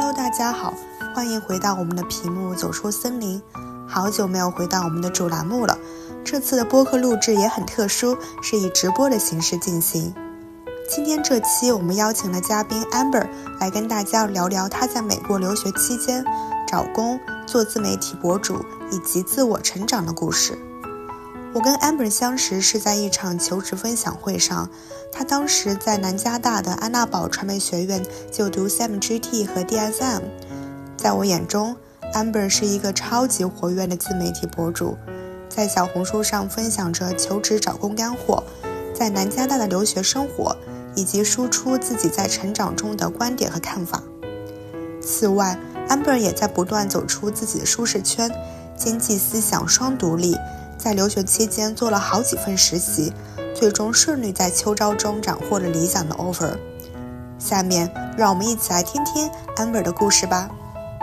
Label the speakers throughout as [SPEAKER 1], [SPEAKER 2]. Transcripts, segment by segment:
[SPEAKER 1] Hello， 大家好，欢迎回到我们的屏幕走出森林。好久没有回到我们的主栏目了，这次的播客录制也很特殊，是以直播的形式进行。今天这期我们邀请了嘉宾 Amber 来跟大家聊聊她在美国留学期间找工、做自媒体博主以及自我成长的故事。我跟 Amber 相识是在一场求职分享会上，她当时在南加大的安娜堡传媒学院就读 CMGT 和 DSM。 在我眼中， Amber 是一个超级活跃的自媒体博主，在小红书上分享着求职找工干货，在南加大的留学生活，以及输出自己在成长中的观点和看法。此外， Amber 也在不断走出自己的舒适圈，经济思想双独立，在留学期间做了好几份实习，最终顺利在秋招中斩获了理想的 offer。 下面让我们一起来听听 Amber 的故事吧。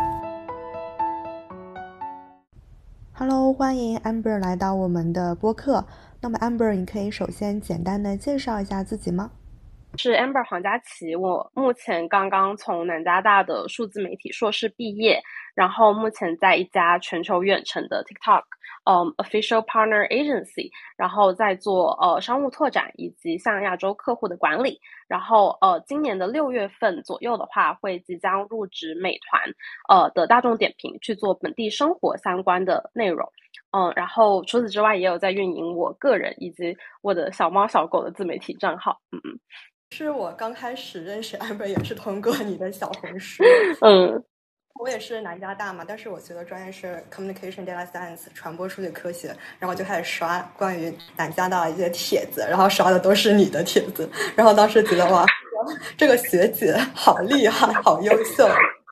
[SPEAKER 1] Hello， 欢迎 Amber 来到我们的播客。那么 Amber， 你可以首先简单的介绍一下自己吗？
[SPEAKER 2] 是 Amber 黄佳琪，我目前刚刚从南加大的数字媒体硕士毕业，然后目前在一家全球远程的 TikTok official partner agency， 然后在做商务拓展以及向亚洲客户的管理，然后今年的6月份左右的话，会即将入职美团的大众点评去做本地生活相关的内容。然后除此之外，也有在运营我个人以及我的小猫小狗的自媒体账号。
[SPEAKER 3] 是我刚开始认识 Amber 也是通过你的小红书。我也是南加大嘛，但是我学的专业是 Communication Data Science 传播数据科学，然后就开始刷关于南加大的一些帖子，然后刷的都是你的帖子，然后当时觉得哇，这个学姐好厉害，好优秀。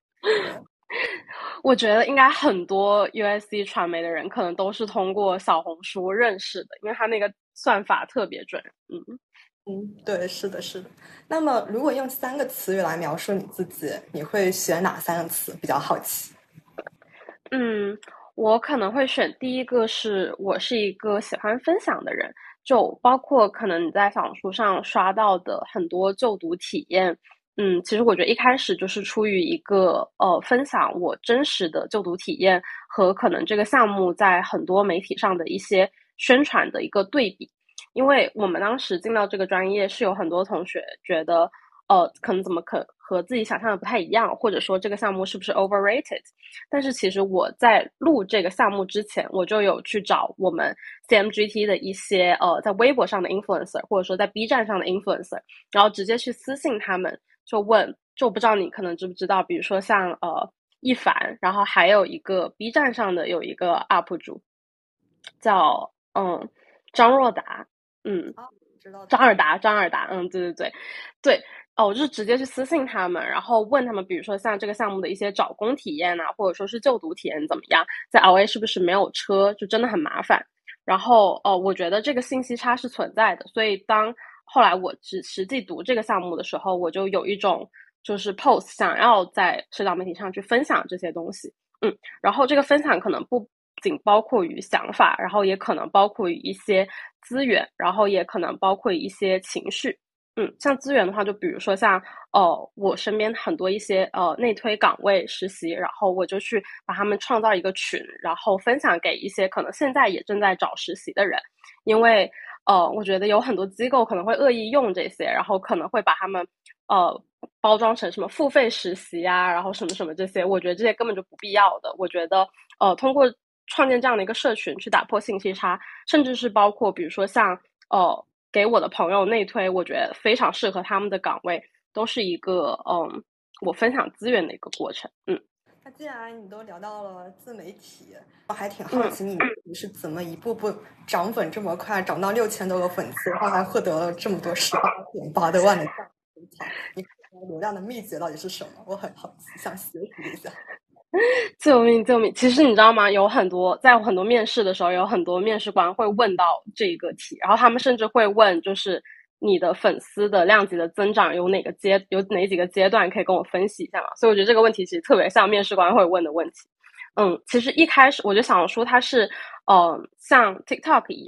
[SPEAKER 2] 我觉得应该很多 USC 传媒的人可能都是通过小红书认识的，因为它那个算法特别准。
[SPEAKER 3] 对，是的，是的。那么如果用3个词语来描述你自己，你会选哪3个词？比较好奇。
[SPEAKER 2] 我可能会选第一个是我是一个喜欢分享的人，就包括可能你在小红书上刷到的很多就读体验。其实我觉得一开始就是出于一个分享我真实的就读体验和可能这个项目在很多媒体上的一些宣传的一个对比。因为我们当时进到这个专业是有很多同学觉得可能和自己想象的不太一样，或者说这个项目是不是 overrated。但是其实我在录这个项目之前，我就有去找我们 CMGT 的一些在微博上的 influencer， 或者说在 B 站上的 influencer， 然后直接去私信他们，就问，就不知道你可能知不知道，比如说像一凡，然后还有一个 B 站上的有一个 UP 主叫张若达。张尔达，对，我就是直接去私信他们，然后问他们，比如说像这个项目的一些找工体验啊，或者说是就读体验怎么样，在 LA 是不是没有车，就真的很麻烦。然后我觉得这个信息差是存在的，所以当后来我实际读这个项目的时候，我就有一种就是 post 想要在社交媒体上去分享这些东西。然后这个分享可能不仅包括于想法，然后也可能包括于一些资源，然后也可能包括一些情绪。像资源的话，就比如说像我身边很多一些内推岗位实习，然后我就去把他们创造一个群，然后分享给一些可能现在也正在找实习的人。因为我觉得有很多机构可能会恶意用这些，然后可能会把他们包装成什么付费实习啊，然后什么什么这些，我觉得这些根本就不必要的。我觉得通过创建这样的一个社群去打破信息差，甚至是包括比如说像给我的朋友内推，我觉得非常适合他们的岗位，都是一个我分享资源的一个过程。
[SPEAKER 3] 那既然你都聊到了自媒体，我还挺好奇你是怎么一步步涨粉这么快，涨到6000多个粉丝，然后还获得了这么多18.8多万的赞。你流量的秘诀到底是什么？我很好奇，想学习一下。
[SPEAKER 2] 救命！其实你知道吗？在很多面试的时候，有很多面试官会问到这个题，然后他们甚至会问，就是你的粉丝的量级的增长有哪几个阶段，可以跟我分析一下吗？所以我觉得这个问题其实特别像面试官会问的问题。其实一开始我觉得小红书它是像 TikTok 一样，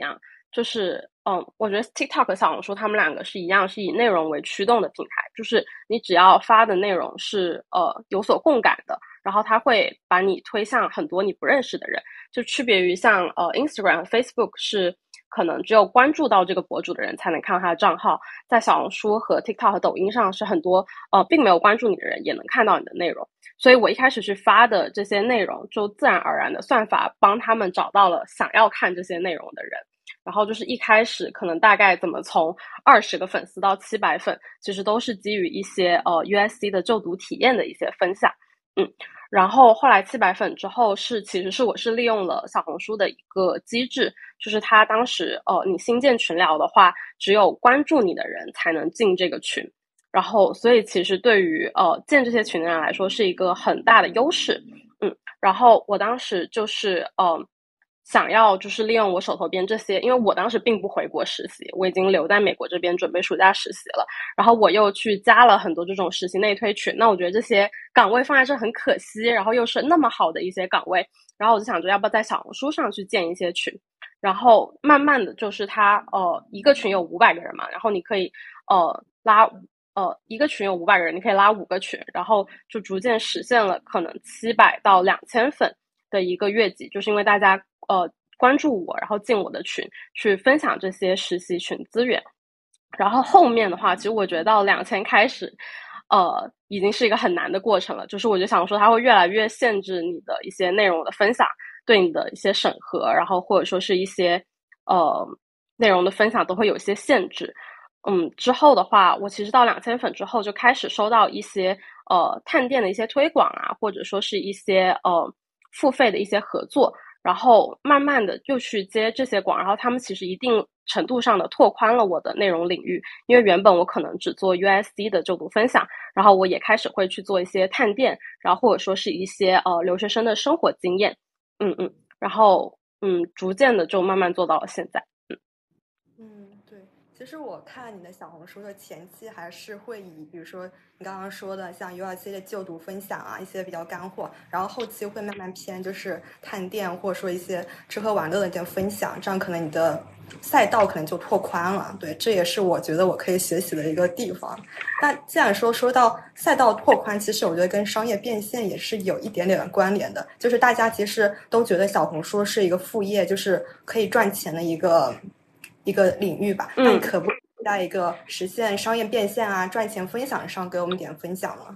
[SPEAKER 2] 就是我觉得 TikTok 和小红书他们两个是一样，是以内容为驱动的平台，就是你只要发的内容是有所共感的，然后它会把你推向很多你不认识的人，就区别于像Instagram 和 Facebook 是可能只有关注到这个博主的人才能看到他的账号，在小红书和 TikTok 和抖音上是很多并没有关注你的人也能看到你的内容，所以我一开始去发的这些内容就自然而然的算法帮他们找到了想要看这些内容的人，然后就是一开始可能大概怎么从20个粉丝到700粉，其实都是基于一些USC 的就读体验的一些分享。然后后来700粉之后其实我是利用了小红书的一个机制，就是他当时你新建群聊的话，只有关注你的人才能进这个群，然后所以其实对于建这些群的人来说是一个很大的优势。然后我当时就是想要就是利用我手头边这些，因为我当时并不回国实习，我已经留在美国这边准备暑假实习了，然后我又去加了很多这种实习内推群，那我觉得这些岗位放在这很可惜，然后又是那么好的一些岗位，然后我就想着要不要在小红书上去建一些群，然后慢慢的就是它一个群有500个人嘛，然后你可以拉一个群有500个人，你可以拉5个群，然后就逐渐实现了可能700到2000粉的一个月级，就是因为大家关注我，然后进我的群去分享这些实习群资源。然后后面的话，其实我觉得到2000开始已经是一个很难的过程了，就是我就想说它会越来越限制你的一些内容的分享，对你的一些审核，然后或者说是一些内容的分享都会有一些限制。之后的话，我其实到2000粉之后就开始收到一些探店的一些推广啊，或者说是一些付费的一些合作，然后慢慢的又去接这些广，然后他们其实一定程度上的拓宽了我的内容领域，因为原本我可能只做 USC 的就读分享，然后我也开始会去做一些探店，然后或者说是一些留学生的生活经验，然后逐渐的就慢慢做到了现在。
[SPEAKER 3] 对，其实我看你的小红书的前期还是会以比如说你刚刚说的像 USC 的就读分享啊，一些比较干货，然后后期会慢慢偏就是探店或者说一些吃喝玩乐的一些分享，这样可能你的赛道可能就拓宽了。对，这也是我觉得我可以学习的一个地方。那既然说到赛道拓宽，其实我觉得跟商业变现也是有一点点关联的，就是大家其实都觉得小红书是一个副业，就是可以赚钱的一个领域吧。那你可不可以在一个实现商业变现啊、赚钱分享上给我们点分享呢？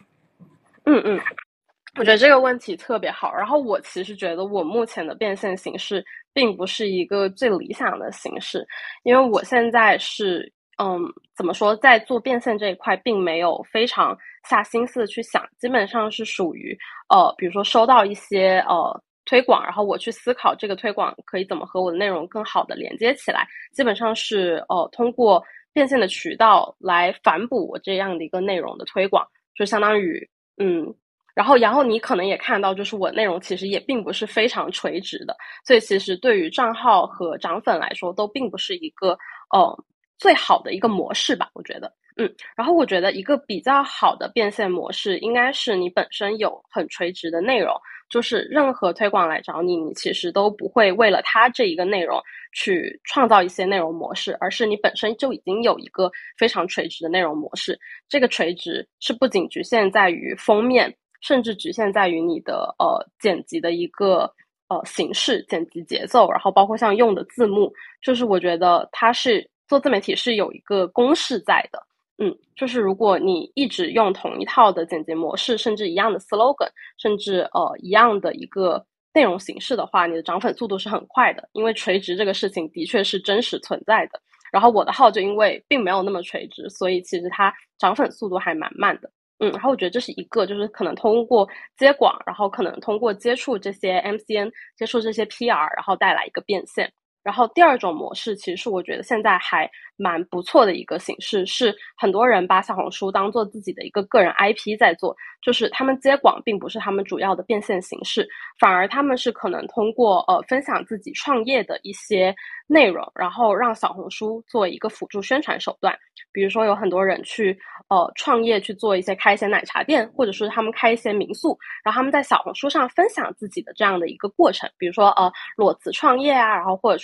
[SPEAKER 2] 我觉得这个问题特别好。然后我其实觉得我目前的变现形式并不是一个最理想的形式，因为我现在是怎么说，在做变现这一块并没有非常下心思去想，基本上是属于比如说收到一些推广，然后我去思考这个推广可以怎么和我的内容更好的连接起来，基本上是通过变现的渠道来反哺我这样的一个内容的推广，就相当于然后你可能也看到，就是我内容其实也并不是非常垂直的，所以其实对于账号和涨粉来说都并不是一个最好的一个模式吧，我觉得。然后我觉得一个比较好的变现模式应该是你本身有很垂直的内容，就是任何推广来找你，你其实都不会为了它这一个内容去创造一些内容模式，而是你本身就已经有一个非常垂直的内容模式。这个垂直是不仅局限在于封面，甚至局限在于你的剪辑的一个形式、剪辑节奏，然后包括像用的字幕，就是我觉得它是做自媒体是有一个公式在的。就是如果你一直用同一套的剪辑模式，甚至一样的 slogan， 甚至一样的一个内容形式的话，你的涨粉速度是很快的，因为垂直这个事情的确是真实存在的。然后我的号就因为并没有那么垂直，所以其实它涨粉速度还蛮慢的。然后我觉得这是一个，就是可能通过接广，然后可能通过接触这些 MCN， 接触这些 PR， 然后带来一个变现。然后第二种模式其实是我觉得现在还蛮不错的一个形式，是很多人把小红书当做自己的一个个人 IP 在做，就是他们接广并不是他们主要的变现形式，反而他们是可能通过分享自己创业的一些内容，然后让小红书做一个辅助宣传手段。比如说有很多人去创业去做一些开一些奶茶店，或者是他们开一些民宿，然后他们在小红书上分享自己的这样的一个过程，比如说裸辞创业啊，然后或者说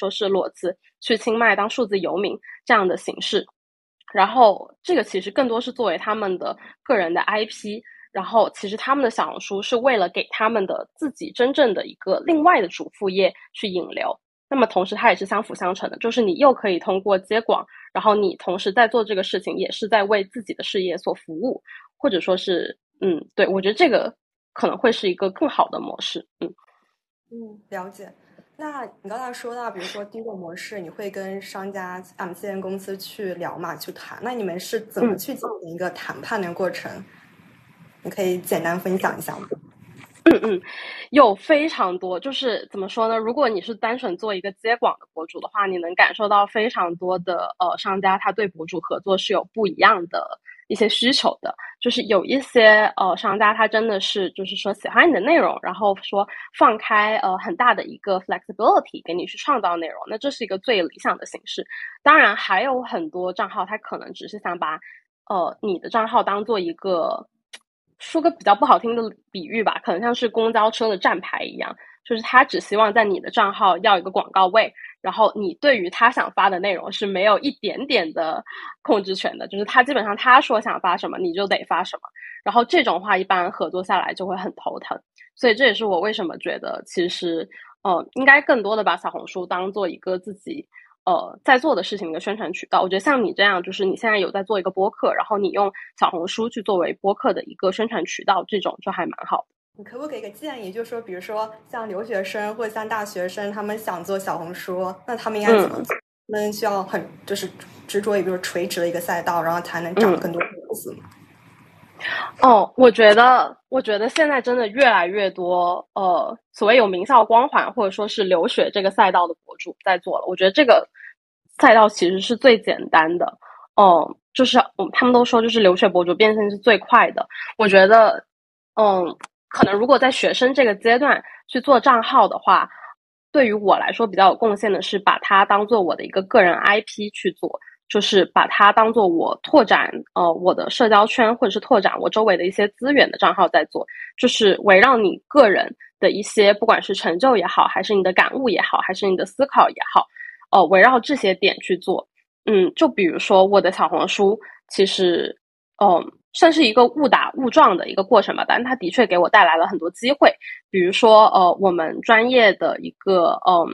[SPEAKER 2] 说是裸辞去清迈当数字游民这样的形式。然后这个其实更多是作为他们的个人的 IP， 然后其实他们的小红书是为了给他们的自己真正的一个另外的主副业去引流。那么同时它也是相辅相成的，就是你又可以通过接广，然后你同时在做这个事情也是在为自己的事业所服务，或者说是对，我觉得这个可能会是一个更好的模式。
[SPEAKER 3] 了解。那你刚才说到比如说第一个模式你会跟商家MCN 公司去聊嘛，去谈，那你们是怎么去进行一个谈判的过程？你可以简单分享一下吗？
[SPEAKER 2] 有非常多，就是怎么说呢，如果你是单纯做一个接广的博主的话，你能感受到非常多的商家他对博主合作是有不一样的一些需求的。就是有一些商家他真的是就是说喜欢你的内容，然后说放开很大的一个 flexibility 给你去创造内容，那这是一个最理想的形式。当然还有很多账号他可能只是想把你的账号当做一个，说个比较不好听的比喻吧，可能像是公交车的站牌一样，就是他只希望在你的账号要一个广告位，然后你对于他想发的内容是没有一点点的控制权的，就是他基本上他说想发什么你就得发什么，然后这种话一般合作下来就会很头疼。所以这也是我为什么觉得其实应该更多的把小红书当做一个自己在做的事情的一个宣传渠道。我觉得像你这样，就是你现在有在做一个播客，然后你用小红书去作为播客的一个宣传渠道，这种就还蛮好的。
[SPEAKER 3] 你可不可以给个建议，就是说比如说像留学生或者像大学生他们想做小红书，那他们应该怎么做？他们需要很就是执着于比如垂直的一个赛道，然后才能涨更多粉丝吗？
[SPEAKER 2] 我觉得现在真的越来越多所谓有名校光环或者说是留学这个赛道的博主在做了。我觉得这个赛道其实是最简单的，就是他们都说就是留学博主变现是最快的。我觉得可能如果在学生这个阶段去做账号的话，对于我来说比较有贡献的是把它当做我的一个个人 IP 去做，就是把它当做我拓展我的社交圈或者是拓展我周围的一些资源的账号在做，就是围绕你个人的一些不管是成就也好，还是你的感悟也好，还是你的思考也好，围绕这些点去做。就比如说我的小红书其实算是一个误打误撞的一个过程吧，但是它的确给我带来了很多机会。比如说我们专业的一个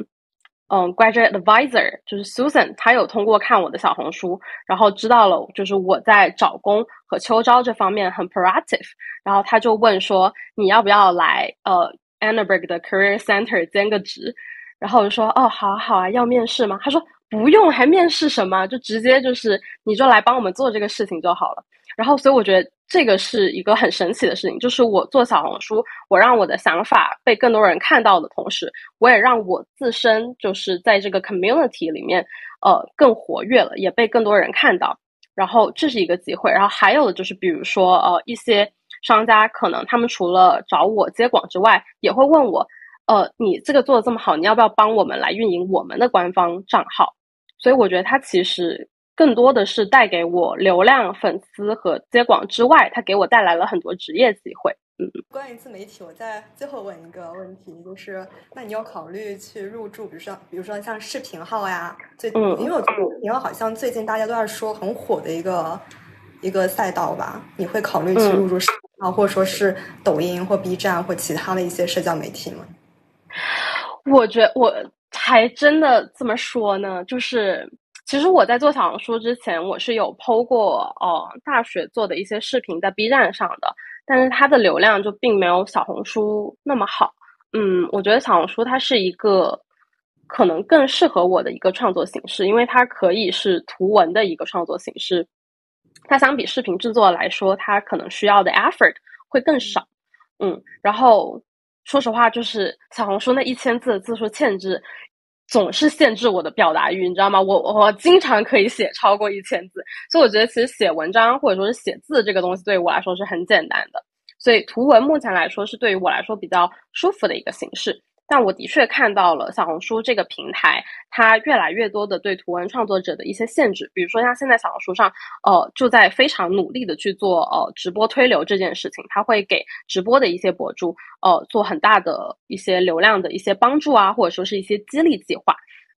[SPEAKER 2] graduate advisor 就是 Susan， 她有通过看我的小红书，然后知道了就是我在找工和秋招这方面很 proactive， 然后她就问说你要不要来Annenberg 的 Career Center 兼个职，然后我就说好啊，要面试吗？她说不用，还面试什么，就直接就是你就来帮我们做这个事情就好了。然后所以我觉得这个是一个很神奇的事情，就是我做小红书，我让我的想法被更多人看到的同时，我也让我自身就是在这个 community 里面更活跃了，也被更多人看到，然后这是一个机会。然后还有的就是比如说一些商家可能他们除了找我接广之外，也会问我你这个做得这么好，你要不要帮我们来运营我们的官方账号？所以我觉得它其实更多的是带给我流量、粉丝和接广之外，它给我带来了很多职业机会。
[SPEAKER 3] 关于自媒体，我再最后问一个问题，就是那你有考虑去入驻，比如说像视频号呀，因为我觉得视频号好像最近大家都在说很火的一个赛道吧？你会考虑去入驻视频号，或者说是抖音或 B 站或其他的一些社交媒体吗？
[SPEAKER 2] 我觉得我还真的这么说呢，就是其实我在做小红书之前，我是有 po 过大学做的一些视频在 B 站上的，但是它的流量就并没有小红书那么好。我觉得小红书它是一个可能更适合我的一个创作形式，因为它可以是图文的一个创作形式，它相比视频制作来说，它可能需要的 effort 会更少。然后说实话，就是小红书那1000字的字数限制，总是限制我的表达欲，你知道吗？我经常可以写超过1000字，所以我觉得其实写文章或者说是写字这个东西对于我来说是很简单的，所以图文目前来说是对于我来说比较舒服的一个形式。但我的确看到了小红书这个平台，它越来越多的对图文创作者的一些限制，比如说像现在小红书上，就在非常努力的去做直播推流这件事情，它会给直播的一些博主做很大的一些流量的一些帮助啊，或者说是一些激励计划。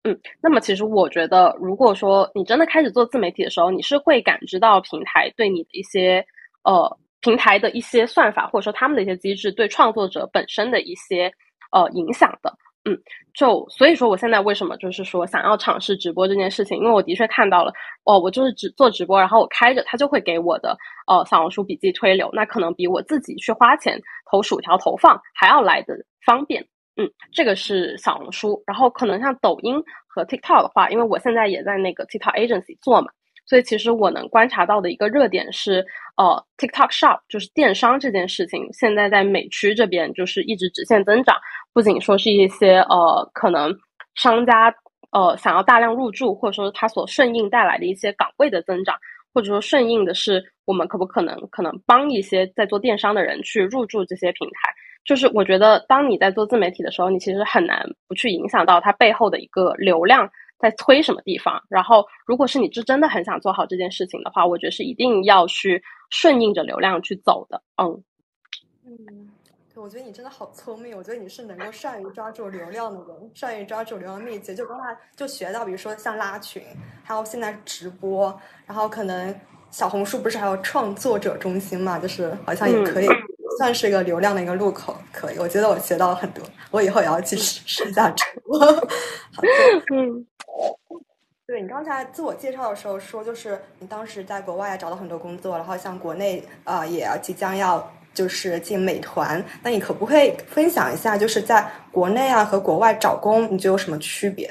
[SPEAKER 2] 那么其实我觉得，如果说你真的开始做自媒体的时候，你是会感知到平台对你的一些平台的一些算法，或者说他们的一些机制对创作者本身的一些影响的。就所以说我现在为什么就是说想要尝试直播这件事情，因为我的确看到了我就是做直播，然后我开着它就会给我的小红书笔记推流，那可能比我自己去花钱投薯条投放还要来的方便。这个是小红书。然后可能像抖音和 TikTok 的话，因为我现在也在那个 TikTok agency 做嘛，所以其实我能观察到的一个热点是TikTok Shop 就是电商这件事情，现在在美区这边就是一直直线增长。不仅说是一些可能商家想要大量入驻，或者说它所顺应带来的一些岗位的增长，或者说顺应的是我们可能帮一些在做电商的人去入驻这些平台。就是我觉得当你在做自媒体的时候，你其实很难不去影响到它背后的一个流量在推什么地方。然后如果是你真的很想做好这件事情的话，我觉得是一定要去顺应着流量去走的。
[SPEAKER 3] 我觉得你真的好聪明，我觉得你是能够善于抓住流量的人，善于抓住流量秘籍，就刚才就学到，比如说像拉群，还有现在直播，然后可能小红书不是还有创作者中心嘛，就是好像也可以算是一个流量的一个入口。可以，我觉得我学到了很多，我以后也要去试一下直播。好的，对，你刚才自我介绍的时候说，就是你当时在国外找到很多工作，然后像国内也即将要就是进美团，那你可不可以分享一下，就是在国内和国外找工，你觉得有什么区别？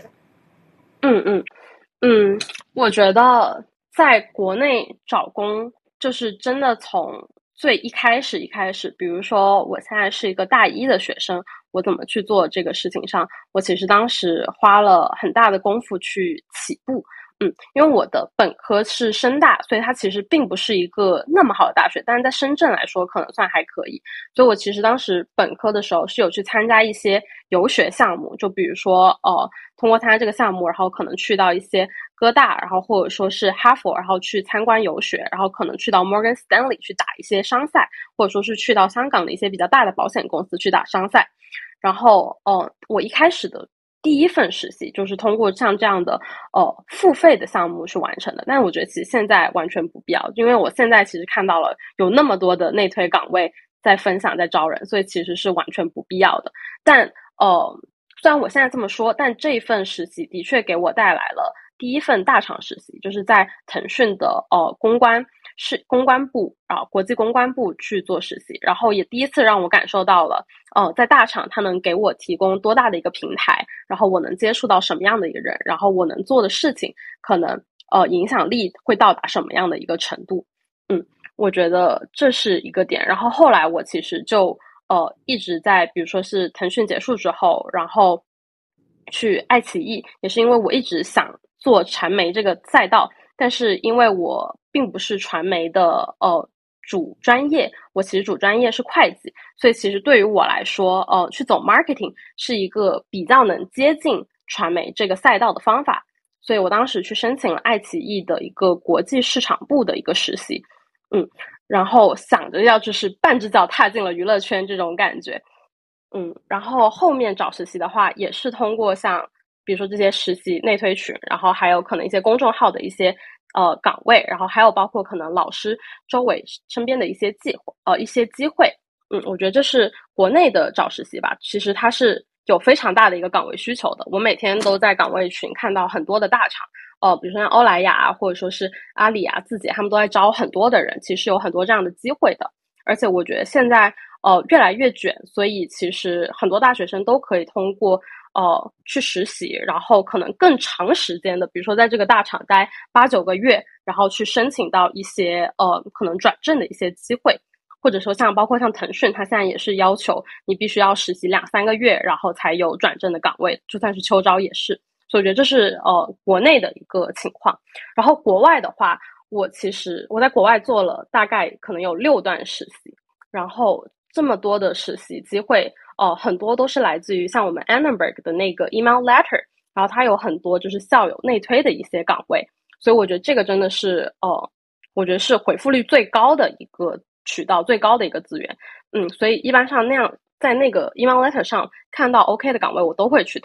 [SPEAKER 2] 我觉得在国内找工，就是真的从最一开始，比如说我现在是一个大一的学生，我怎么去做这个事情上，我其实当时花了很大的功夫去起步。因为我的本科是深大，所以它其实并不是一个那么好的大学，但是在深圳来说可能算还可以。所以我其实当时本科的时候是有去参加一些游学项目，就比如说通过参加这个项目，然后可能去到一些哥大，然后或者说是哈佛，然后去参观游学，然后可能去到 Morgan Stanley 去打一些商赛，或者说是去到香港的一些比较大的保险公司去打商赛。然后我一开始的第一份实习就是通过像这样的付费的项目去完成的，但是我觉得其实现在完全不必要，因为我现在其实看到了有那么多的内推岗位在分享在招人，所以其实是完全不必要的。但虽然我现在这么说，但这一份实习的确给我带来了第一份大厂实习，就是在腾讯的公关部国际公关部去做实习，然后也第一次让我感受到了在大厂它能给我提供多大的一个平台，然后我能接触到什么样的一个人，然后我能做的事情可能影响力会到达什么样的一个程度。我觉得这是一个点。然后后来我其实就一直在比如说是腾讯结束之后，然后去爱奇艺，也是因为我一直想做传媒这个赛道，但是因为我并不是传媒的主专业，我其实主专业是会计，所以其实对于我来说去走 marketing 是一个比较能接近传媒这个赛道的方法，所以我当时去申请了爱奇艺的一个国际市场部的一个实习。然后想着要就是半只脚踏进了娱乐圈这种感觉。然后后面找实习的话，也是通过像比如说这些实习内推群，然后还有可能一些公众号的一些岗位，然后还有包括可能老师周围身边的一些机会。我觉得这是国内的找实习吧，其实它是有非常大的一个岗位需求的。我每天都在岗位群看到很多的大厂，比如说像欧莱雅或者说是阿里字节，他们都在招很多的人，其实有很多这样的机会的。而且我觉得现在越来越卷，所以其实很多大学生都可以通过去实习，然后可能更长时间的，比如说在这个大厂待8-9个月，然后去申请到一些可能转正的一些机会。或者说包括像腾讯，它现在也是要求你必须要实习2-3个月，然后才有转正的岗位，就算是秋招也是。所以我觉得这是国内的一个情况。然后国外的话，我在国外做了大概可能有6段实习，然后这么多的实习机会很多都是来自于像我们 Annenberg 的那个 email letter， 然后它有很多就是校友内推的一些岗位，所以我觉得这个真的是我觉得是回复率最高的一个渠道，最高的一个资源。所以一般上那样在那个 email letter 上看到 OK 的岗位我都会去投。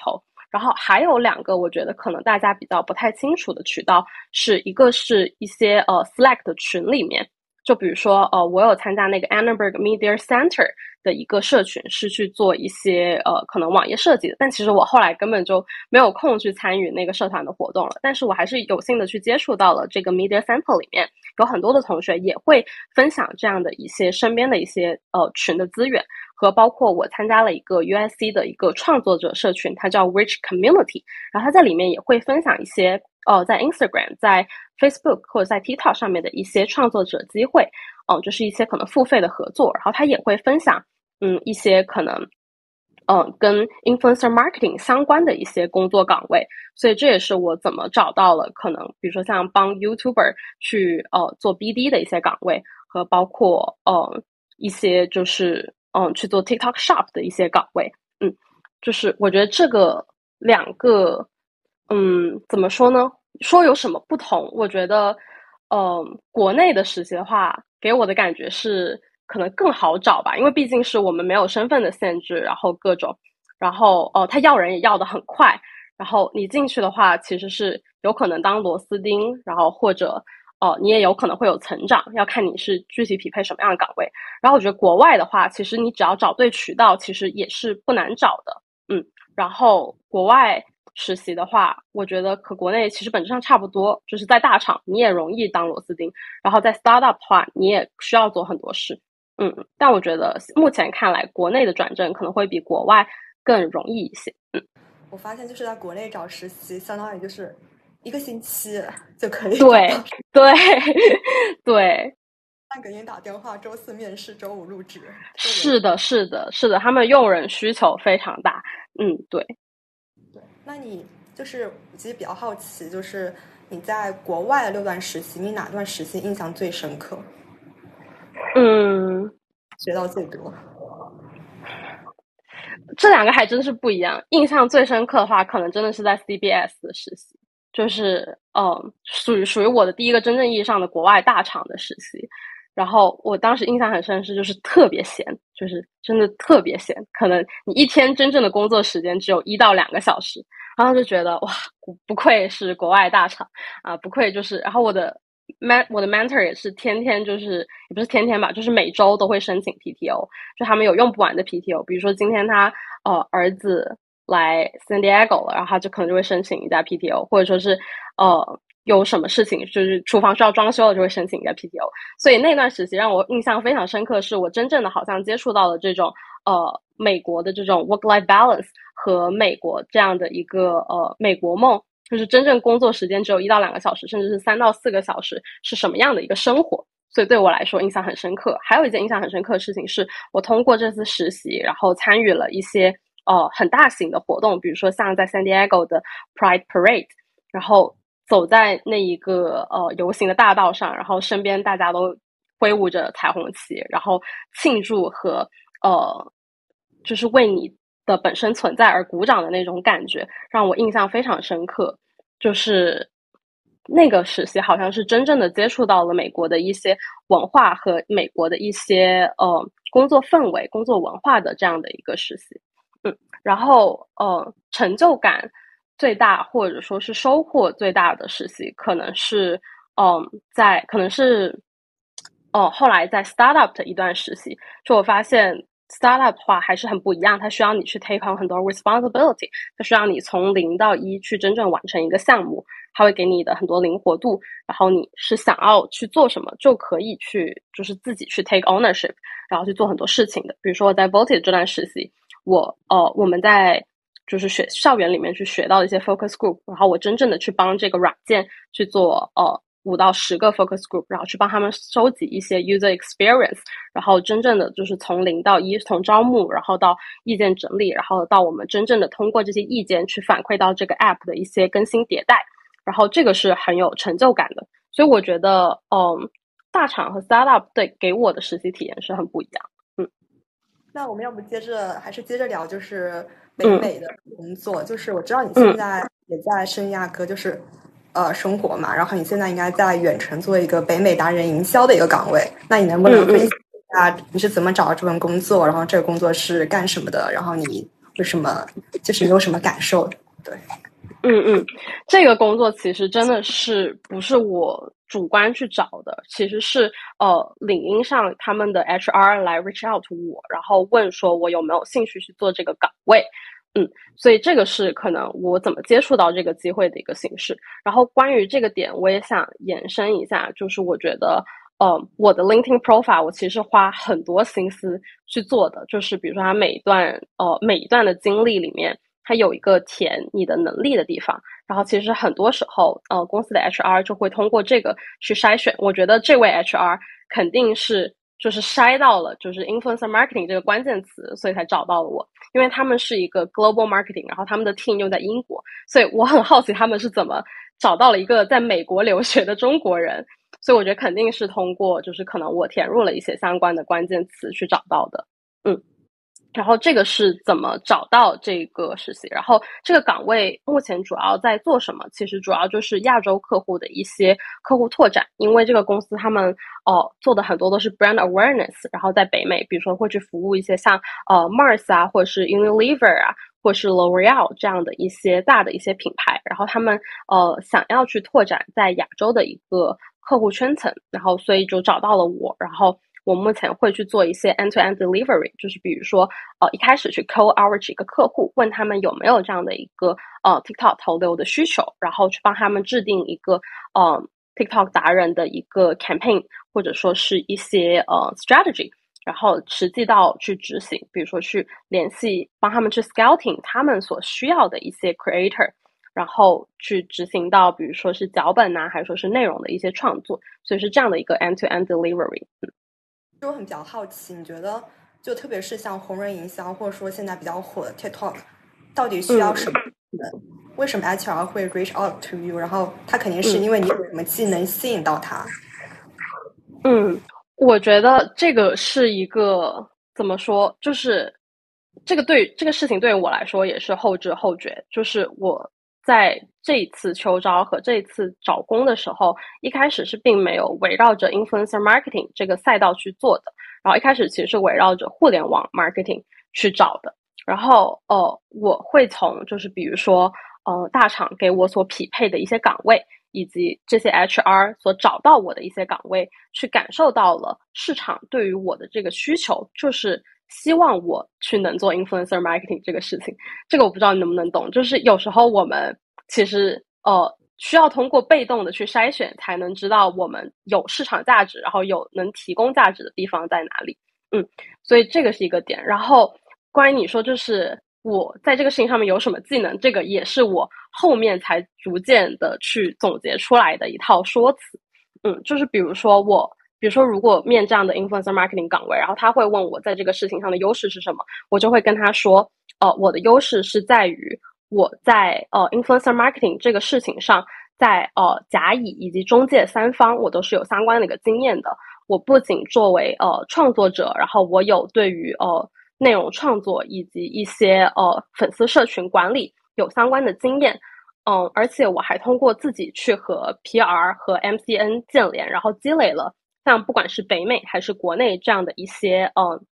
[SPEAKER 2] 然后还有2个我觉得可能大家比较不太清楚的渠道，一个是一些Slack 的群里面，就比如说我有参加那个 Annenberg Media Center 的一个社群，是去做一些可能网页设计的，但其实我后来根本就没有空去参与那个社团的活动了，但是我还是有幸的去接触到了这个 Media Center 里面有很多的同学也会分享这样的一些身边的一些群的资源，和包括我参加了一个 USC 的一个创作者社群，它叫 Rich Community， 然后它在里面也会分享一些在 Instagram 在 Facebook 或者在 TikTok 上面的一些创作者机会，就是一些可能付费的合作，然后它也会分享一些可能跟 influencer marketing 相关的一些工作岗位，所以这也是我怎么找到了可能比如说像帮 YouTuber 去做 BD 的一些岗位，和包括一些就是去做 TikTok Shop 的一些岗位。就是我觉得这个2个怎么说呢，说有什么不同，我觉得国内的实习的话给我的感觉是可能更好找吧，因为毕竟是我们没有身份的限制，然后各种，然后他要人也要得很快，然后你进去的话其实是有可能当螺丝钉，然后或者你也有可能会有成长，要看你是具体匹配什么样的岗位。然后我觉得国外的话其实你只要找对渠道其实也是不难找的。然后国外实习的话我觉得和国内其实本质上差不多，就是在大厂你也容易当螺丝钉，然后在 startup 的话你也需要做很多事。但我觉得目前看来国内的转正可能会比国外更容易一些。
[SPEAKER 3] 我发现就是在国内找实习相当于就是1个星期就可以。
[SPEAKER 2] 对
[SPEAKER 3] 给你打电话，周4面试，周5入职。
[SPEAKER 2] 是的，他们用人需求非常大。对。
[SPEAKER 3] 那你就是我其实比较好奇，就是你在国外的6段实习，你哪段实习印象最深刻？学到最多。
[SPEAKER 2] 这2个还真是不一样。印象最深刻的话，可能真的是在 CBS 的实习，就是属于我的第一个真正意义上的国外大厂的实习。然后我当时印象很深是就是特别闲，就是真的特别闲，可能你一天真正的工作时间只有1到2个小时，然后就觉得哇，不愧是国外大厂啊，不愧就是。然后我的 mentor 也是天天就是也不是天天吧，就是每周都会申请 PTO， 就他们有用不完的 PTO， 比如说今天他儿子来 San Diego 了，然后他就可能就会申请一下 PTO， 或者说是有什么事情就是厨房需要装修了就会申请一个 PTO。 所以那段实习让我印象非常深刻，是我真正的好像接触到了这种美国的这种 work-life balance 和美国这样的一个美国梦，就是真正工作时间只有1到2个小时，甚至是3到4个小时是什么样的一个生活。所以对我来说印象很深刻。还有一件印象很深刻的事情是我通过这次实习然后参与了一些很大型的活动，比如说像在 San Diego 的 Pride Parade， 然后走在那一个游行的大道上，然后身边大家都挥舞着彩虹旗，然后庆祝和就是为你的本身存在而鼓掌的那种感觉让我印象非常深刻。就是那个实习好像是真正的接触到了美国的一些文化和美国的一些工作氛围工作文化的这样的一个实习。然后成就感最大或者说是收获最大的实习可能是后来在 startup 的一段实习，就我发现 startup 的话还是很不一样，它需要你去 take on 很多 responsibility， 它需要你从0到1去真正完成一个项目，它会给你的很多灵活度，然后你是想要去做什么就可以去就是自己去 take ownership， 然后去做很多事情的。比如说我在 Voltage 这段实习，我们在就是校园里面去学到一些 focus group， 然后我真正的去帮这个软件去做5到10个 focus group， 然后去帮他们收集一些 user experience， 然后真正的就是从0到1，从招募然后到意见整理，然后到我们真正的通过这些意见去反馈到这个 app 的一些更新迭代，然后这个是很有成就感的。所以我觉得大厂和 startup 对给我的实习体验是很不一样。
[SPEAKER 3] 那我们要不还是接着聊就是北美的工作。就是我知道你现在也在圣亚哥就是生活嘛，然后你现在应该在远程做一个北美达人营销的一个岗位，那你能不能分享一下你是怎么找到这份工作，然后这个工作是干什么的，然后你为什么就是你有什么感受？ 对，
[SPEAKER 2] 这个工作其实真的是不是我主观去找的，其实是领英上他们的 HR 来 reach out to 我，然后问说我有没有兴趣去做这个岗位。所以这个是可能我怎么接触到这个机会的一个形式。然后关于这个点，我也想延伸一下，就是我觉得我的 LinkedIn profile 我其实花很多心思去做的，就是比如说它每一段的经历里面，它有一个填你的能力的地方，然后其实很多时候公司的 HR 就会通过这个去筛选。我觉得这位 HR 肯定是就是筛到了就是 influencer marketing 这个关键词，所以才找到了我。因为他们是一个 global marketing， 然后他们的 team 又在英国，所以我很好奇他们是怎么找到了一个在美国留学的中国人。所以我觉得肯定是通过就是可能我填入了一些相关的关键词去找到的。然后这个是怎么找到这个实习，然后这个岗位目前主要在做什么，其实主要就是亚洲客户的一些客户拓展。因为这个公司他们做的很多都是 brand awareness， 然后在北美比如说会去服务一些像Mars 啊，或者是 Unilever 啊，或者是 L'Oreal 这样的一些大的一些品牌，然后他们想要去拓展在亚洲的一个客户圈层，然后所以就找到了我。然后我目前会去做一些 end-to-end delivery， 就是比如说一开始去 cold outreach 一个客户，问他们有没有这样的一个TikTok 投流的需求，然后去帮他们制定一个TikTok 达人的一个 campaign， 或者说是一些strategy， 然后实际到去执行，比如说去联系帮他们去 scouting 他们所需要的一些 creator， 然后去执行到比如说是脚本啊，还是说是内容的一些创作，所以是这样的一个 end-to-end delivery。
[SPEAKER 3] 就我很比较好奇，你觉得就特别是像红人营销，或者说现在比较火的 TikTok， 到底需要什么？为什么 HR 会 reach out to you？ 然后他肯定是因为你有什么技能吸引到他。
[SPEAKER 2] 我觉得这个是一个怎么说，就是这个事情对于我来说也是后知后觉。就是我在这一次秋招和这一次找工的时候，一开始是并没有围绕着 influencer marketing 这个赛道去做的，然后一开始其实是围绕着互联网 marketing 去找的。然后我会从就是比如说大厂给我所匹配的一些岗位，以及这些 HR 所找到我的一些岗位，去感受到了市场对于我的这个需求，就是希望我去能做 influencer marketing 这个事情。这个我不知道你能不能懂，就是有时候我们其实需要通过被动的去筛选，才能知道我们有市场价值，然后有能提供价值的地方在哪里。所以这个是一个点。然后关于你说就是我在这个事情上面有什么技能，这个也是我后面才逐渐的去总结出来的一套说辞。就是比如说如果面这样的 influencer marketing 岗位，然后他会问我在这个事情上的优势是什么，我就会跟他说我的优势是在于我在influencer marketing 这个事情上，在甲乙以及中介三方我都是有相关的一个经验的。我不仅作为创作者，然后我有对于内容创作以及一些粉丝社群管理有相关的经验。而且我还通过自己去和 PR 和 MCN 建联，然后积累了像不管是北美还是国内这样的一些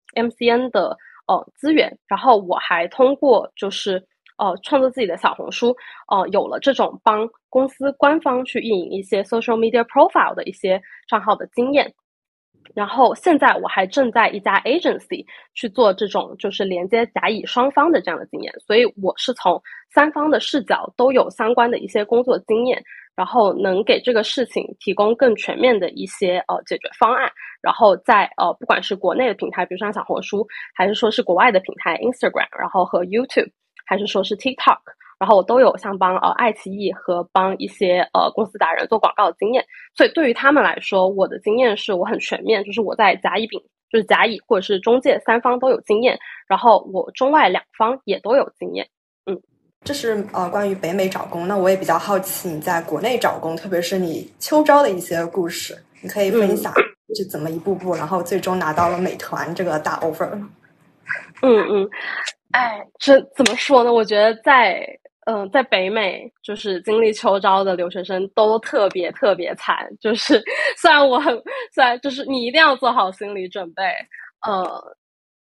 [SPEAKER 2] MCN 的资源。然后我还通过就是创作自己的小红书，有了这种帮公司官方去运营一些 social media profile 的一些账号的经验。然后现在我还正在一家 agency 去做这种就是连接甲乙双方的这样的经验，所以我是从三方的视角都有相关的一些工作经验，然后能给这个事情提供更全面的一些解决方案。然后在不管是国内的平台，比如说像小红书，还是说是国外的平台 Instagram， 然后和 YouTube， 还是说是 TikTok，然后我都有像帮爱奇艺和帮一些公司达人做广告的经验。所以对于他们来说，我的经验是我很全面，就是我在甲乙或者是中介三方都有经验，然后我中外两方也都有经验。
[SPEAKER 3] 这是关于北美找工。那我也比较好奇你在国内找工，特别是你秋招的一些故事，你可以分享是怎么一步步，然后最终拿到了美团这个大 offer。
[SPEAKER 2] 这怎么说呢？我觉得在北美，就是经历秋招的留学生都特别特别惨。就是虽然就是你一定要做好心理准备，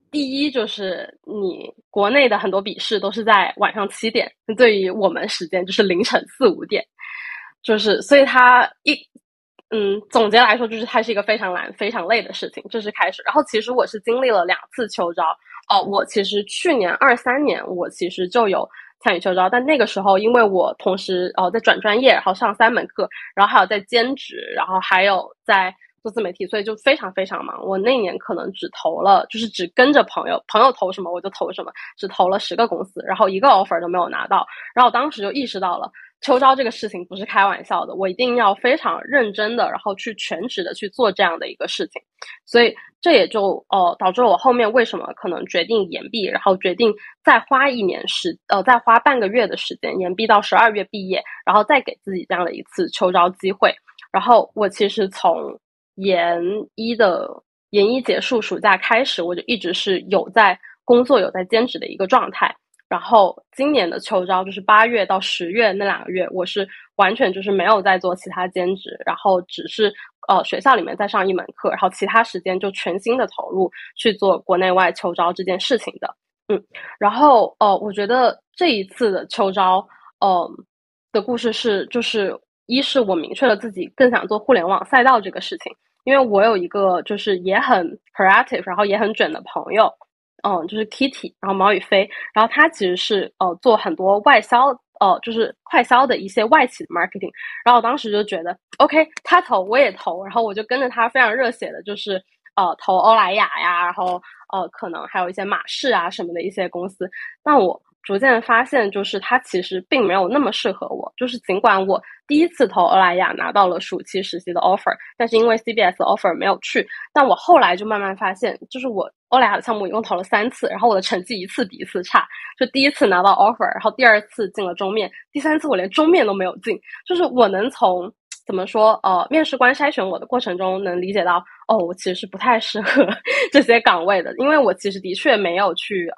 [SPEAKER 2] 第一就是你国内的很多笔试都是在晚上7点，对于我们时间就是凌晨4、5点，就是所以它总结来说就是它是一个非常难、非常累的事情，这是开始。然后其实我是经历了2次秋招我其实去年23年我其实就有参与秋招，但那个时候因为我同时在转专业，然后上3门课，然后还有在兼职，然后还有在做自媒体，所以就非常非常忙。我那年可能只投了，就是只跟着朋友投什么我就投什么，只投了10个公司，然后1个 offer 都没有拿到。然后我当时就意识到了秋招这个事情不是开玩笑的，我一定要非常认真的，然后去全职的去做这样的一个事情。所以这也就导致我后面为什么可能决定延毕，然后决定再花再花半个月的时间延毕到12月毕业，然后再给自己这样的一次秋招机会。然后我其实从研一结束暑假开始，我就一直是有在工作有在兼职的一个状态。然后今年的秋招就是8月到10月那2个月，我是完全就是没有在做其他兼职，然后只是学校里面在上1门课，然后其他时间就全心的投入去做国内外秋招这件事情的。然后我觉得这一次的秋招的故事是，就是一是我明确了自己更想做互联网赛道这个事情，因为我有一个就是也很 proactive 然后也很卷的朋友，就是 Kitty， 然后毛宇飞，然后他其实是做很多外销就是快销的一些外企的 marketing， 然后我当时就觉得 OK， 他投我也投，然后我就跟着他非常热血的就是投欧莱雅呀，然后可能还有一些马氏啊什么的一些公司。但我逐渐发现，就是它其实并没有那么适合我。就是尽管我第一次投欧莱雅拿到了暑期实习的 offer， 但是因为 CBS 的 offer 没有去，但我后来就慢慢发现，就是我欧莱雅的项目一共投了3次，然后我的成绩一次比一次差。就第一次拿到 offer， 然后第2次进了终面，第3次我连终面都没有进。就是我能从怎么说面试官筛选我的过程中能理解到，我其实是不太适合这些岗位的，因为我其实的确没有去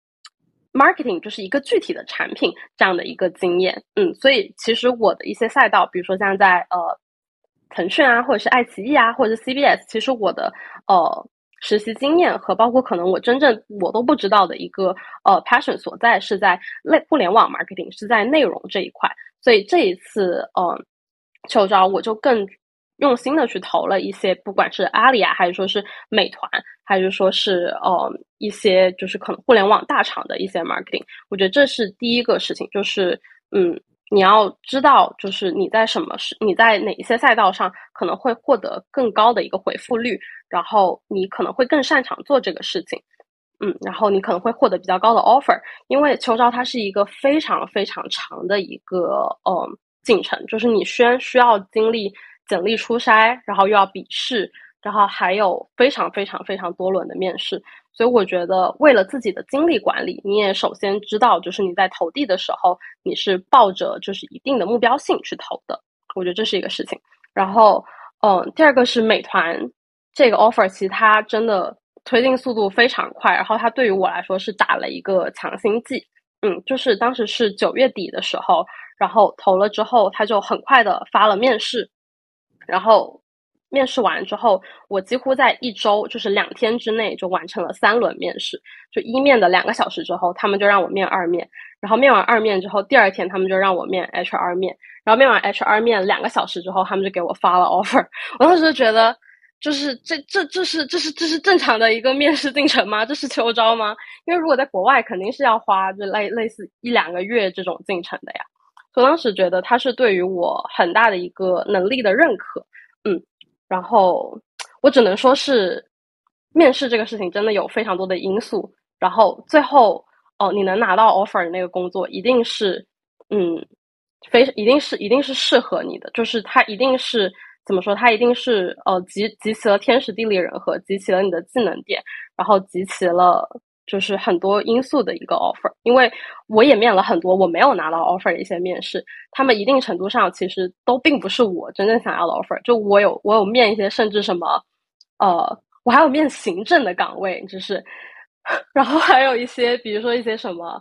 [SPEAKER 2] marketing 就是一个具体的产品这样的一个经验。所以其实我的一些赛道，比如说像在腾讯啊，或者是爱奇艺啊，或者是 CBS， 其实我的实习经验和包括可能我真正我都不知道的一个passion 所在是在互联网 marketing， 是在内容这一块。所以这一次秋招我就更用心的去投了一些，不管是阿里啊，还是说是美团，还是说是一些就是可能互联网大厂的一些 marketing。我觉得这是第一个事情，就是你要知道，就是你在哪一些赛道上可能会获得更高的一个回复率，然后你可能会更擅长做这个事情。然后你可能会获得比较高的 offer， 因为秋招它是一个非常非常长的一个进程，就是你需要经历简历初筛，然后又要笔试，然后还有非常非常非常多轮的面试。所以我觉得为了自己的精力管理，你也首先知道，就是你在投递的时候，你是抱着就是一定的目标性去投的，我觉得这是一个事情。然后第二个是美团这个 offer， 其实它真的推进速度非常快，然后它对于我来说是打了一个强心剂。就是当时是9月底的时候，然后投了之后，他就很快的发了面试，然后面试完之后，我几乎在1周，就是2天之内就完成了3轮面试。就1面的2个小时之后，他们就让我面2面，然后面完2面之后，第2天他们就让我面 HR 面，然后面完 HR 面2个小时之后，他们就给我发了 offer。我当时就觉得，就是这是正常的一个面试进程吗？这是秋招吗？因为如果在国外，肯定是要花就类似1-2个月这种进程的呀。所以当时觉得它是对于我很大的一个能力的认可。然后我只能说是面试这个事情真的有非常多的因素，然后最后你能拿到 offer 的那个工作一定是一定是适合你的，就是它一定是怎么说，它一定是集齐了天时地利人和，集齐了你的技能点，然后集齐了就是很多因素的一个 offer。因为我也面了很多我没有拿到 offer 的一些面试，他们一定程度上其实都并不是我真正想要的 offer。就我有面一些甚至什么我还有面行政的岗位，就是然后还有一些比如说一些什么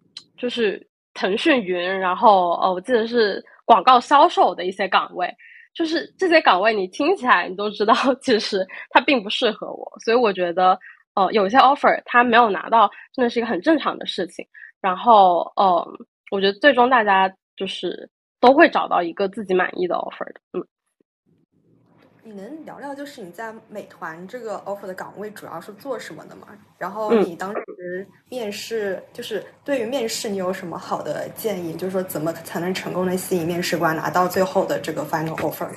[SPEAKER 2] 就是腾讯云，然后我记得是广告销售的一些岗位。 就是这些岗位你听起来你都知道，其实它并不适合我，所以我觉得有一些 offer 它没有拿到，真的是一个很正常的事情。然后我觉得最终大家就是都会找到一个自己满意的 offer 的。
[SPEAKER 3] 你能聊聊就是你在美团这个 offer 的岗位主要是做什么的吗？然后你当时面试，就是对于面试你有什么好的建议？就是说怎么才能成功的吸引面试官拿到最后的这个 final offer？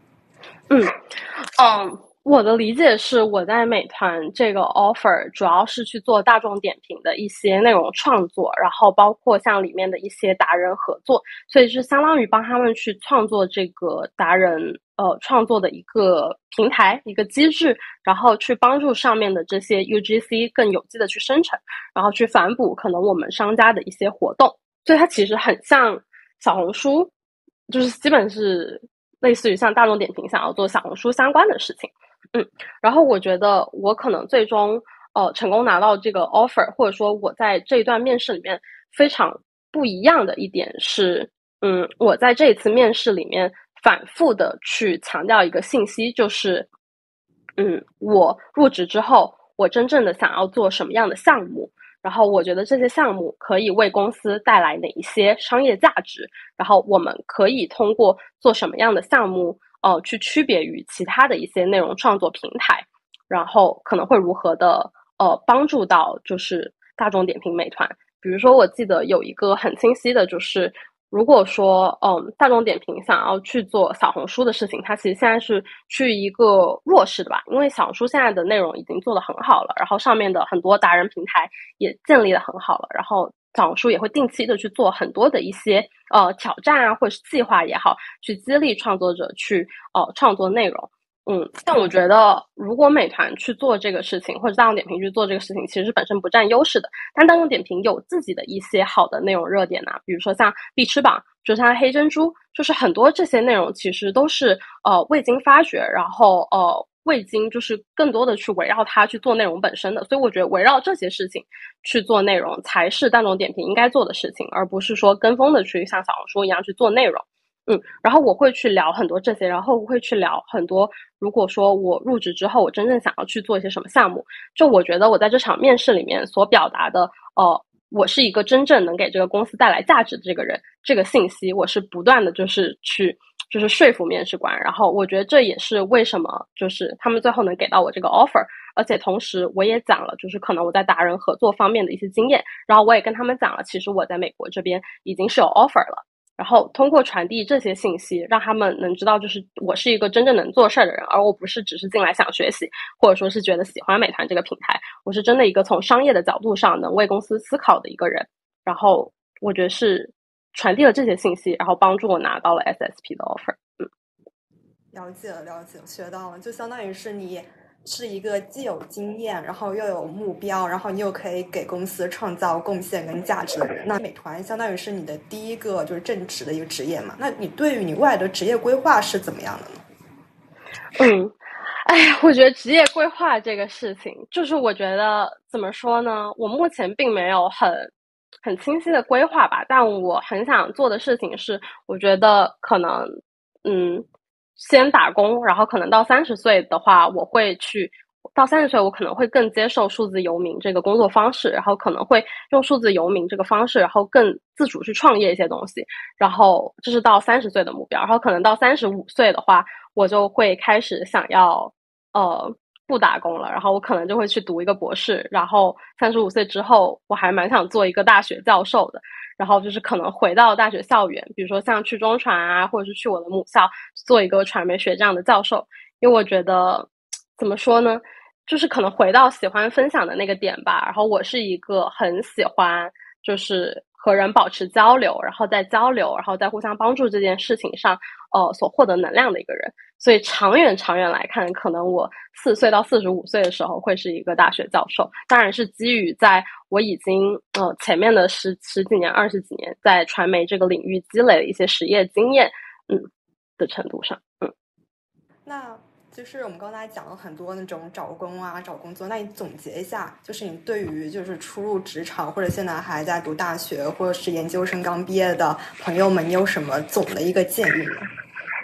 [SPEAKER 2] 我的理解是，我在美团这个 offer 主要是去做大众点评的一些内容创作，然后包括像里面的一些达人合作，所以是相当于帮他们去创作这个达人创作的一个平台、一个机制，然后去帮助上面的这些 UGC 更有机的去生成，然后去反哺可能我们商家的一些活动，所以它其实很像小红书，就是基本是类似于像大众点评想要做小红书相关的事情。然后我觉得我可能最终成功拿到这个 offer， 或者说我在这一段面试里面非常不一样的一点是，我在这一次面试里面反复的去强调一个信息，就是我入职之后我真正的想要做什么样的项目，然后我觉得这些项目可以为公司带来哪一些商业价值，然后我们可以通过做什么样的项目去区别于其他的一些内容创作平台，然后可能会如何的帮助到就是大众点评美团。比如说我记得有一个很清晰的就是如果说大众点评想要去做小红书的事情，它其实现在是趋于一个弱势的吧，因为小红书现在的内容已经做得很好了，然后上面的很多达人平台也建立得很好了，然后小红书也会定期的去做很多的一些挑战啊，或者是计划也好，去激励创作者去创作内容。但我觉得如果美团去做这个事情，或者大众点评去做这个事情，其实本身不占优势的。但大众点评有自己的一些好的内容热点啊，比如说像必吃榜，就像黑珍珠，就是很多这些内容其实都是未经发掘，然后未经就是更多的去围绕它去做内容本身的。所以我觉得围绕这些事情去做内容才是大众点评应该做的事情，而不是说跟风的去像小红书一样去做内容。然后我会去聊很多这些，然后我会去聊很多如果说我入职之后我真正想要去做一些什么项目，就我觉得我在这场面试里面所表达的我是一个真正能给这个公司带来价值的这个人，这个信息我是不断的就是说服面试官，然后我觉得这也是为什么就是他们最后能给到我这个 offer。而且同时我也讲了就是可能我在达人合作方面的一些经验，然后我也跟他们讲了其实我在美国这边已经是有 offer 了，然后通过传递这些信息让他们能知道就是我是一个真正能做事的人，而我不是只是进来想学习，或者说是觉得喜欢美团这个平台，我是真的一个从商业的角度上能为公司思考的一个人。然后我觉得是传递了这些信息，然后帮助我拿到了 SSP 的 offer。
[SPEAKER 3] 了解了，学到了，就相当于是你是一个既有经验，然后又有目标，然后你又可以给公司创造贡献跟价值的人。那美团相当于是你的第一个就是正职的一个职业嘛？那你对于你未来的职业规划是怎么样的呢？
[SPEAKER 2] 我觉得职业规划这个事情，就是我觉得怎么说呢？我目前并没有很清晰的规划吧，但我很想做的事情是，我觉得可能先打工，然后可能到30岁的话，到30岁我可能会更接受数字游民这个工作方式，然后可能会用数字游民这个方式，然后更自主去创业一些东西，然后这是到30岁的目标。然后可能到35岁的话，我就会开始想要不打工了，然后我可能就会去读一个博士，然后35岁之后我还蛮想做一个大学教授的，然后就是可能回到大学校园，比如说像去中传啊，或者是去我的母校做一个传媒学这样的教授。因为我觉得怎么说呢，就是可能回到喜欢分享的那个点吧，然后我是一个很喜欢就是和人保持交流，然后在交流然后在互相帮助这件事情上所获得能量的一个人。所以长远来看，可能我4岁到45岁的时候会是一个大学教授，当然是基于在我已经前面的十几年20几年在传媒这个领域积累了一些实业经验的程度上。
[SPEAKER 3] 那就是我们刚才讲了很多那种找工啊找工作，那你总结一下，就是你对于就是初入职场或者现在还在读大学或者是研究生刚毕业的朋友们，你有什么总的一个建议吗？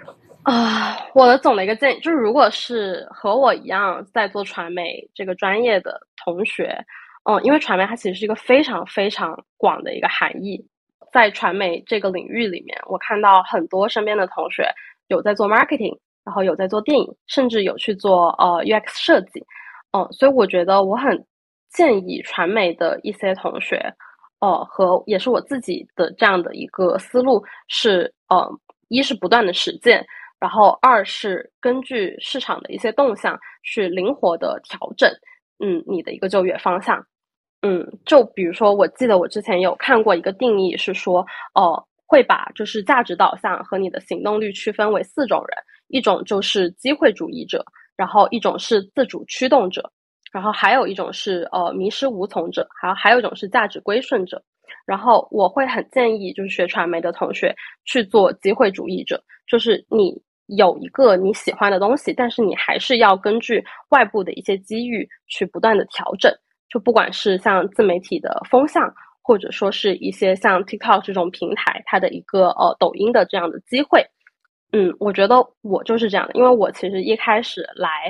[SPEAKER 2] 我的总的一个建议就是，如果是和我一样在做传媒这个专业的同学，因为传媒它其实是一个非常非常广的一个含义，在传媒这个领域里面，我看到很多身边的同学有在做 marketing， 然后有在做电影，甚至有去做UX 设计，所以我觉得我很建议传媒的一些同学，和也是我自己的这样的一个思路是，一是不断的实践，然后二是根据市场的一些动向去灵活的调整，你的一个就业方向。就比如说，我记得我之前有看过一个定义是说，会把就是价值导向和你的行动力区分为4种人，一种就是机会主义者，然后一种是自主驱动者，然后还有一种是迷失无从者，还有一种是价值归顺者。然后我会很建议就是学传媒的同学去做机会主义者，就是你有一个你喜欢的东西，但是你还是要根据外部的一些机遇去不断的调整，就不管是像自媒体的风向，或者说是一些像 TikTok 这种平台它的一个抖音的这样的机会。我觉得我就是这样的，因为我其实一开始来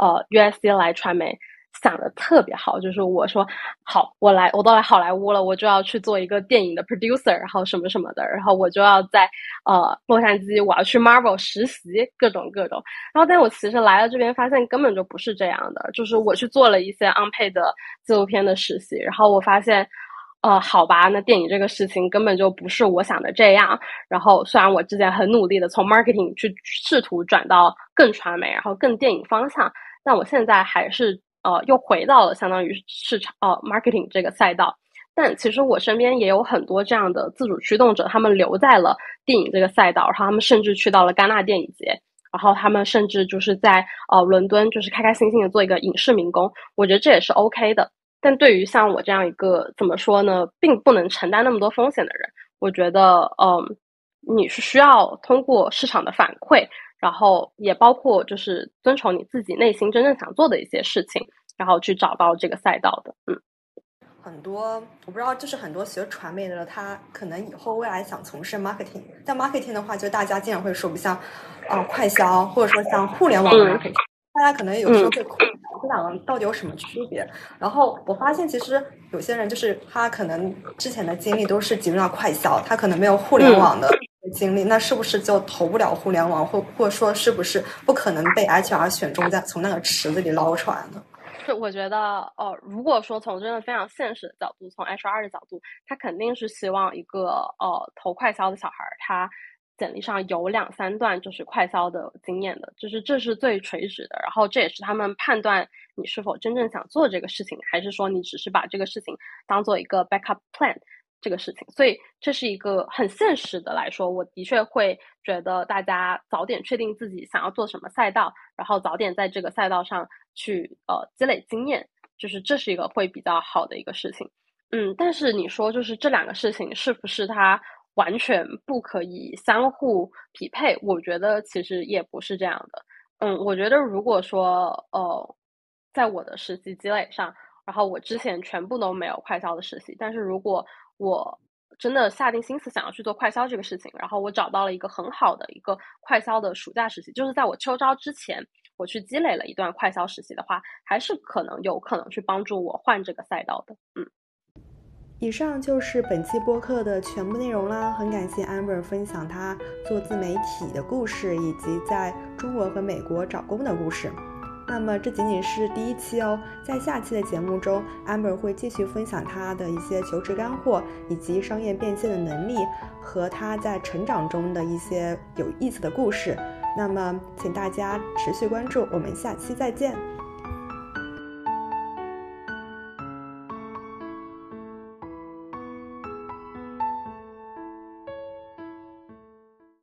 [SPEAKER 2] USC 来传媒想的特别好，就是我说好，我都来好莱坞了，我就要去做一个电影的 producer， 然后什么什么的，然后我就要在洛杉矶，我要去 Marvel 实习，各种，然后但我其实来了这边发现根本就不是这样的，就是我去做了一些 unpaid 的纪录片的实习，然后我发现好吧，那电影这个事情根本就不是我想的这样。然后虽然我之前很努力的从 marketing 去试图转到更传媒，然后更电影方向，但我现在还是又回到了相当于市场marketing 这个赛道。但其实我身边也有很多这样的自主驱动者，他们留在了电影这个赛道，然后他们甚至去到了戛纳电影节，然后他们甚至就是在伦敦就是开开心心的做一个影视民工，我觉得这也是 OK 的。但对于像我这样一个怎么说呢，并不能承担那么多风险的人，我觉得你是需要通过市场的反馈，然后也包括就是遵从你自己内心真正想做的一些事情，然后去找到这个赛道的。
[SPEAKER 3] 很多我不知道，就是很多学传媒的他可能以后未来想从事 marketing， 但 marketing 的话就大家经常会说不像快销或者说像互联网的 marketing，大家可能有时候会这两个到底有什么区别。然后我发现其实有些人就是他可能之前的经历都是集中到快销，他可能没有互联网的经历，那是不是就投不了互联网，或者说是不是不可能被 HR 选中从那个池子里捞出来呢？
[SPEAKER 2] 是我觉得如果说从真的非常现实的角度，从 HR 的角度，他肯定是希望一个投快销的小孩他简历上有2、3段就是快销的经验的，就是这是最垂直的，然后这也是他们判断你是否真正想做这个事情，还是说你只是把这个事情当做一个 backup plan 这个事情。所以这是一个很现实的来说，我的确会觉得大家早点确定自己想要做什么赛道，然后早点在这个赛道上去积累经验，就是这是一个会比较好的一个事情。但是你说就是这2个事情是不是它完全不可以相互匹配？我觉得其实也不是这样的。我觉得如果说在我的实习积累上，然后我之前全部都没有快销的实习，但是如果我真的下定心思想要去做快销这个事情，然后我找到了一个很好的一个快销的暑假实习，就是在我秋招之前我去积累了一段快销实习的话，还是有可能去帮助我换这个赛道的。
[SPEAKER 1] 以上就是本期播客的全部内容啦，很感谢 Amber 分享她做自媒体的故事，以及在中国和美国找工的故事。那么这仅仅是第1期哦，在下期的节目中 Amber 会继续分享她的一些求职干货，以及商业变现的能力，和她在成长中的一些有意思的故事。那么请大家持续关注，我们下期再见。